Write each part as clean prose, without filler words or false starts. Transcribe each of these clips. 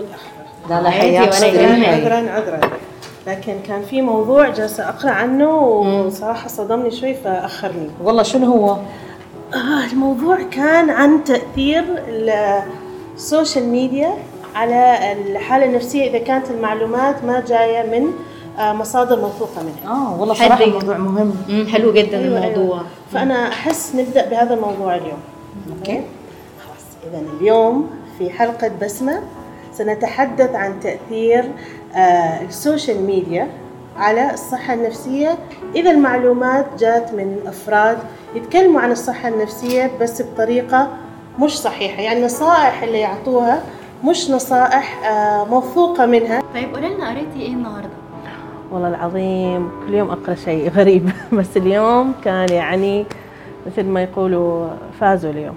لا لا حياك صدري. عذرا لكن كان في موضوع جالسة أقرأ عنه وصراحة صدمني شوي فأخرني. والله شنو هو؟ الموضوع كان عن تأثير السوشيال ميديا على الحالة النفسية إذا كانت المعلومات ما جاية من مصادر موثوقة منها. والله صراحة موضوع مهم. حلو جدا الموضوع. أيوة. فأنا أحس نبدأ بهذا الموضوع اليوم. أوكي. خلاص إذن اليوم في حلقة بسمة سنتحدث عن تأثير السوشيال ميديا على الصحة النفسية إذا المعلومات جات من أفراد يتكلموا عن الصحة النفسية بس بطريقة مش صحيحة، يعني نصائح اللي يعطوها مش نصائح موثوقة منها. طيب قولي لنا قريتي إيه النهاردة؟ والله العظيم كل يوم أقرأ شيء غريب بس اليوم كان يعني مثل ما يقولوا فازوا اليوم.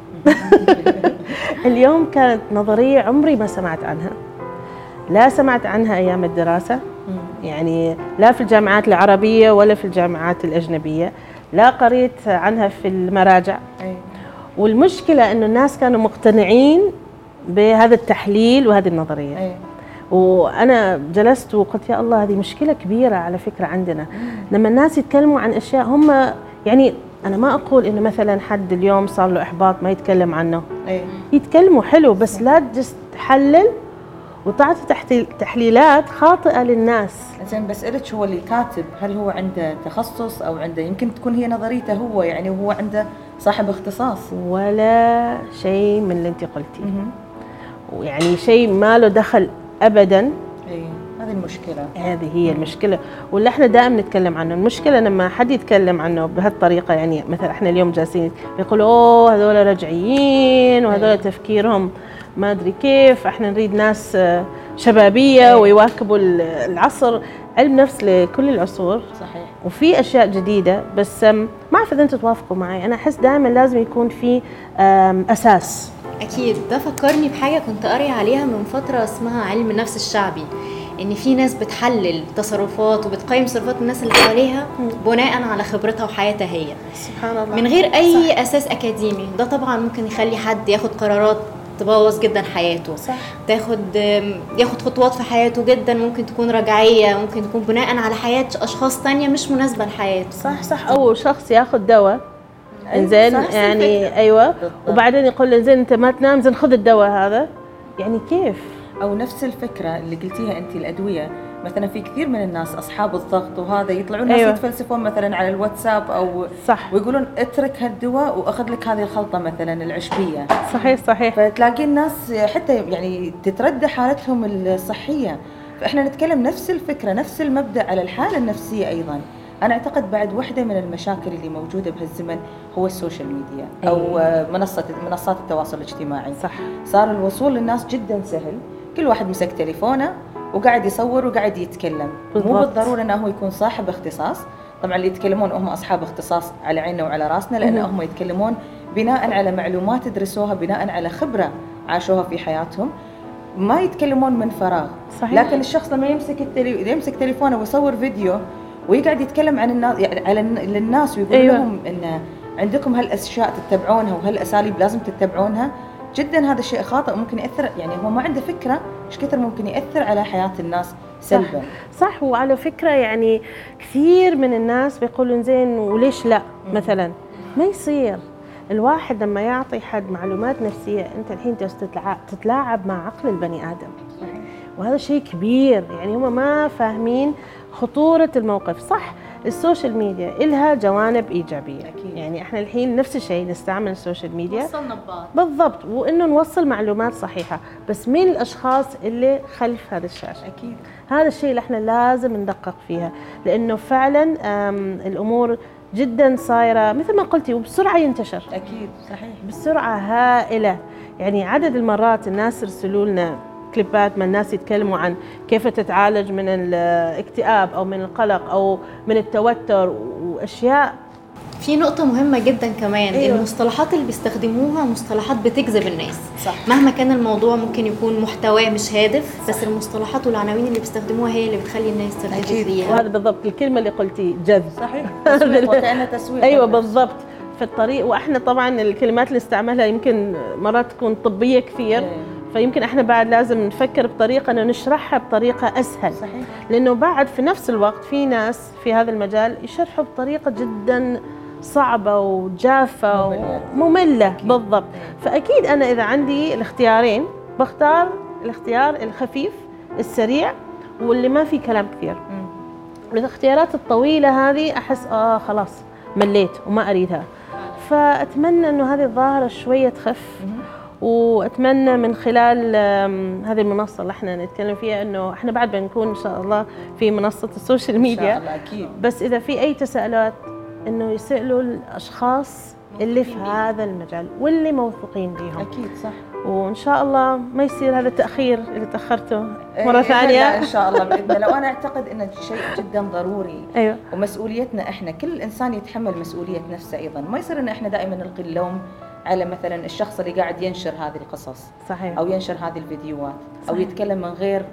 اليوم كانت نظرية عمري ما سمعت عنها، لا سمعت عنها أيام الدراسة، يعني لا في الجامعات العربية ولا في الجامعات الأجنبية، لا قريت عنها في المراجع. والمشكلة أنه الناس كانوا مقتنعين بهذا التحليل وهذه النظرية. وأنا جلست وقلت يا الله هذه مشكلة كبيرة على فكرة عندنا. لما الناس يتكلموا عن أشياء هم يعني أنا ما أقول إنه مثلا حد اليوم صار له إحباط ما يتكلم عنه، يتكلموا حلو بس لا تجلس تحلل وتعطي تحليلات خاطئة للناس. زين بس إلك هو اللي كاتب هل هو عنده تخصص أو عنده يمكن تكون هي نظريته هو يعني وهو عنده صاحب اختصاص؟ ولا شيء من اللي أنت قلتي، ويعني شيء ما له دخل أبداً. هذه المشكلة، هذه هي المشكلة واللي احنا دائما نتكلم عنه. المشكلة لما حد يتكلم عنه بهالطريقة، يعني مثلا احنا اليوم جالسين يقولوا اوه هذول رجعيين وهذول تفكيرهم ما ادري كيف، احنا نريد ناس شبابية ويواكبوا العصر. علم نفس لكل العصور صحيح، وفي اشياء جديدة بس ما اعرف اذا انتم توافقوا معي. انا احس دائما لازم يكون في اساس. أكيد. ده فكرني بحاجة كنت قارية عليها من فترة اسمها علم النفس الشعبي، إن في ناس بتحلل تصرفات وبتقيم تصرفات الناس اللي حواليها بناء على خبرتها وحياتها هي، سبحان الله، من غير أي أساس أكاديمي. ده طبعا ممكن يخلي حد ياخد قرارات تبوظ جدا حياته، ياخد خطوات في حياته جدا ممكن تكون رجعية، ممكن تكون بناء على حياة أشخاص تانية مش مناسبة لحياته. صح. أو شخص ياخد دواء انزين يعني ايوه وبعدين يقول انزين انت ما تنام زين خذ الدواء هذا، يعني كيف؟ او نفس الفكره اللي قلتيها انت الادويه، مثلا في كثير من الناس اصحاب الضغط وهذا يطلعون ناس يتفلسفون مثلا على الواتساب او صح، ويقولون اترك هالدواء واخذ لك هذه الخلطه مثلا العشبيه. صحيح. فتلاقي الناس حتى يعني تتردى حالتهم الصحيه. فاحنا نتكلم نفس الفكره نفس المبدا على الحاله النفسيه ايضا. أنا أعتقد بعد واحدة من المشاكل اللي موجودة بهالزمن هو السوشيال ميديا أو منصات التواصل الاجتماعي. صح. صار الوصول للناس جدا سهل، كل واحد مسك تليفونه وقاعد يصور وقاعد يتكلم. مو بالضرورة أنه هو يكون صاحب اختصاص، طبعا اللي يتكلمون هم أصحاب اختصاص على عيننا وعلى راسنا، لأن هم يتكلمون بناء على معلومات درسوها، بناء على خبرة عاشوها في حياتهم، ما يتكلمون من فراغ. صحيح. لكن الشخص لما يمسك تليفونه ويصور فيديو ويقعد يتكلم عن الناس على للناس ويقول لهم ان عندكم هالاشياء تتبعونها وهالاساليب لازم تتبعونها، جدا هذا الشيء خاطئ ممكن ياثر، يعني هو ما عنده فكره ايش كثر ممكن ياثر على حياه الناس سلبا. صح. وعلى فكره يعني كثير من الناس بيقولون زين وليش لا مثلا ما يصير. الواحد لما يعطي حد معلومات نفسيه انت الحين جالس تتلاعب مع عقل البني ادم، وهذا شيء كبير. يعني هم ما فاهمين خطورة الموقف. صح السوشيال ميديا إلها جوانب إيجابية أكيد. يعني إحنا الحين نفس الشيء نستعمل السوشيال ميديا وصلنا ببعض بالضبط، وإنه نوصل معلومات صحيحة، بس مين الأشخاص اللي خلف هذا الشاشة؟ أكيد هذا الشيء اللي إحنا لازم ندقق فيها، لأنه فعلا الأمور جدا صايرة مثل ما قلتي وبسرعة ينتشر. أكيد صحيح، بسرعة هائلة. يعني عدد المرات الناس يرسلوا لنا كليبات من الناس يتكلموا عن كيف تتعالج من الاكتئاب أو من القلق أو من التوتر وأشياء. في نقطة مهمة جدا كمان، المصطلحات اللي بيستخدموها مصطلحات بتجذب الناس. صح. مهما كان الموضوع ممكن يكون محتواه مش هادف، بس المصطلحات والعناوين اللي بيستخدموها هي اللي بتخلي الناس ترتبط بيها. وهذا بالضبط الكلمة اللي قلتي جذب. صحيح. تسويق وكأنه تسويق. أيوة بالضبط في الطريق. وإحنا طبعا الكلمات اللي نستعملها يمكن مرات تكون طبية كثير، فيمكن احنا بعد لازم نفكر بطريقه انه نشرحها بطريقه اسهل. صحيح. لانه بعد في نفس الوقت في ناس في هذا المجال يشرحوا بطريقه جدا صعبه وجافه وممله. بالضبط. فاكيد انا اذا عندي الاختيارين بختار الاختيار الخفيف السريع واللي ما فيه كلام كثير. الاختيارات الطويله هذه احس خلاص مليت وما اريدها. فاتمنى انه هذه الظاهره شويه تخف، واتمنى من خلال هذه المنصه اللي احنا نتكلم فيها انه احنا بعد بنكون ان شاء الله في منصه السوشيال ميديا ان شاء الله اكيد. بس اذا في اي تساؤلات انه يسالوا الاشخاص اللي في هذا المجال واللي موثوقين بيهم. اكيد صح. وان شاء الله ما يصير هذا التاخير اللي تاخرته مره ثانيه. لا ان شاء الله باذن الله. وانا اعتقد انه شيء جدا ضروري. ايوه. ومسؤوليتنا احنا، كل انسان يتحمل مسؤوليه نفسه ايضا، ما يصير ان احنا دائما نلقي اللوم على مثلا الشخص اللي قاعد ينشر هذه القصص. صحيح. او ينشر هذه الفيديوهات. صحيح. او يتكلم من غير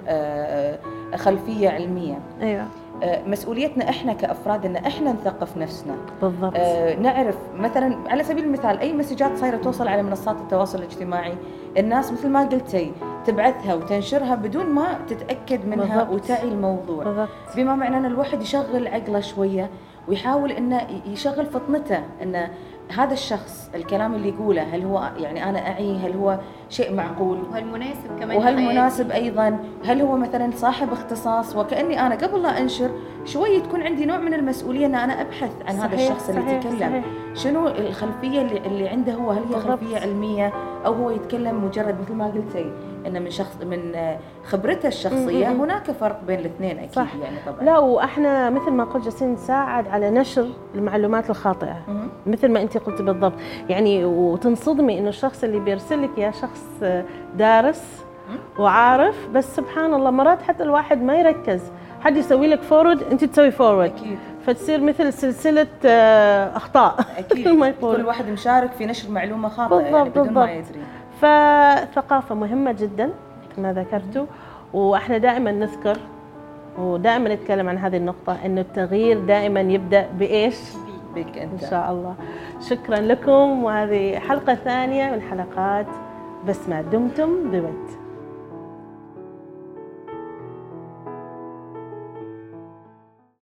خلفيه علميه. ايوه. مسؤوليتنا احنا كافراد ان احنا نثقف نفسنا. بالضبط. نعرف مثلا على سبيل المثال اي مسجات صايره توصل على منصات التواصل الاجتماعي، الناس مثل ما قلتي تبعثها وتنشرها بدون ما تتاكد منها. بالضبط. وتعي الموضوع. بالضبط. بما معناه ان الواحد يشغل عقله شويه ويحاول انه يشغل فطنته، ان هذا الشخص الكلام اللي يقوله هل هو يعني انا اعيه، هل هو شيء معقول، وهل مناسب كمان، وهل مناسب ايضا، هل هو مثلا صاحب اختصاص. وكاني انا قبل لا انشر شوي تكون عندي نوع من المسؤوليه ان انا ابحث عن هذا الشخص اللي يتكلم. صحيح. شنو الخلفيه اللي عنده هو، هل هي خلفيه علميه او هو يتكلم مجرد مثل ما قلتي ان من شخص من خبرته الشخصيه. هناك فرق بين الاثنين اكيد. صح. يعني طبعا لا، واحنا مثل ما قلت جالسين نساعد على نشر المعلومات الخاطئه. مثل ما انت قلتي بالضبط يعني. وتنصدمي انه الشخص اللي بيرسل لك يا شخص دارس وعارف، بس سبحان الله مرات حتى الواحد ما يركز، حد يسوي لك فورورد انت تسوي فورورد. اكيد. فتصير مثل سلسله اخطاء. اكيد. ما يقول كل واحد مشارك في نشر معلومه خاطئه يعني بدون ما يدري. فالثقافه مهمه جدا ما ذكرتوا، واحنا دائما نذكر ودائما نتكلم عن هذه النقطه، انه التغيير دائما يبدا بايش؟ بك انت. ان شاء الله. شكرا لكم، وهذه حلقه ثانيه من حلقات بس ما دمتم بود.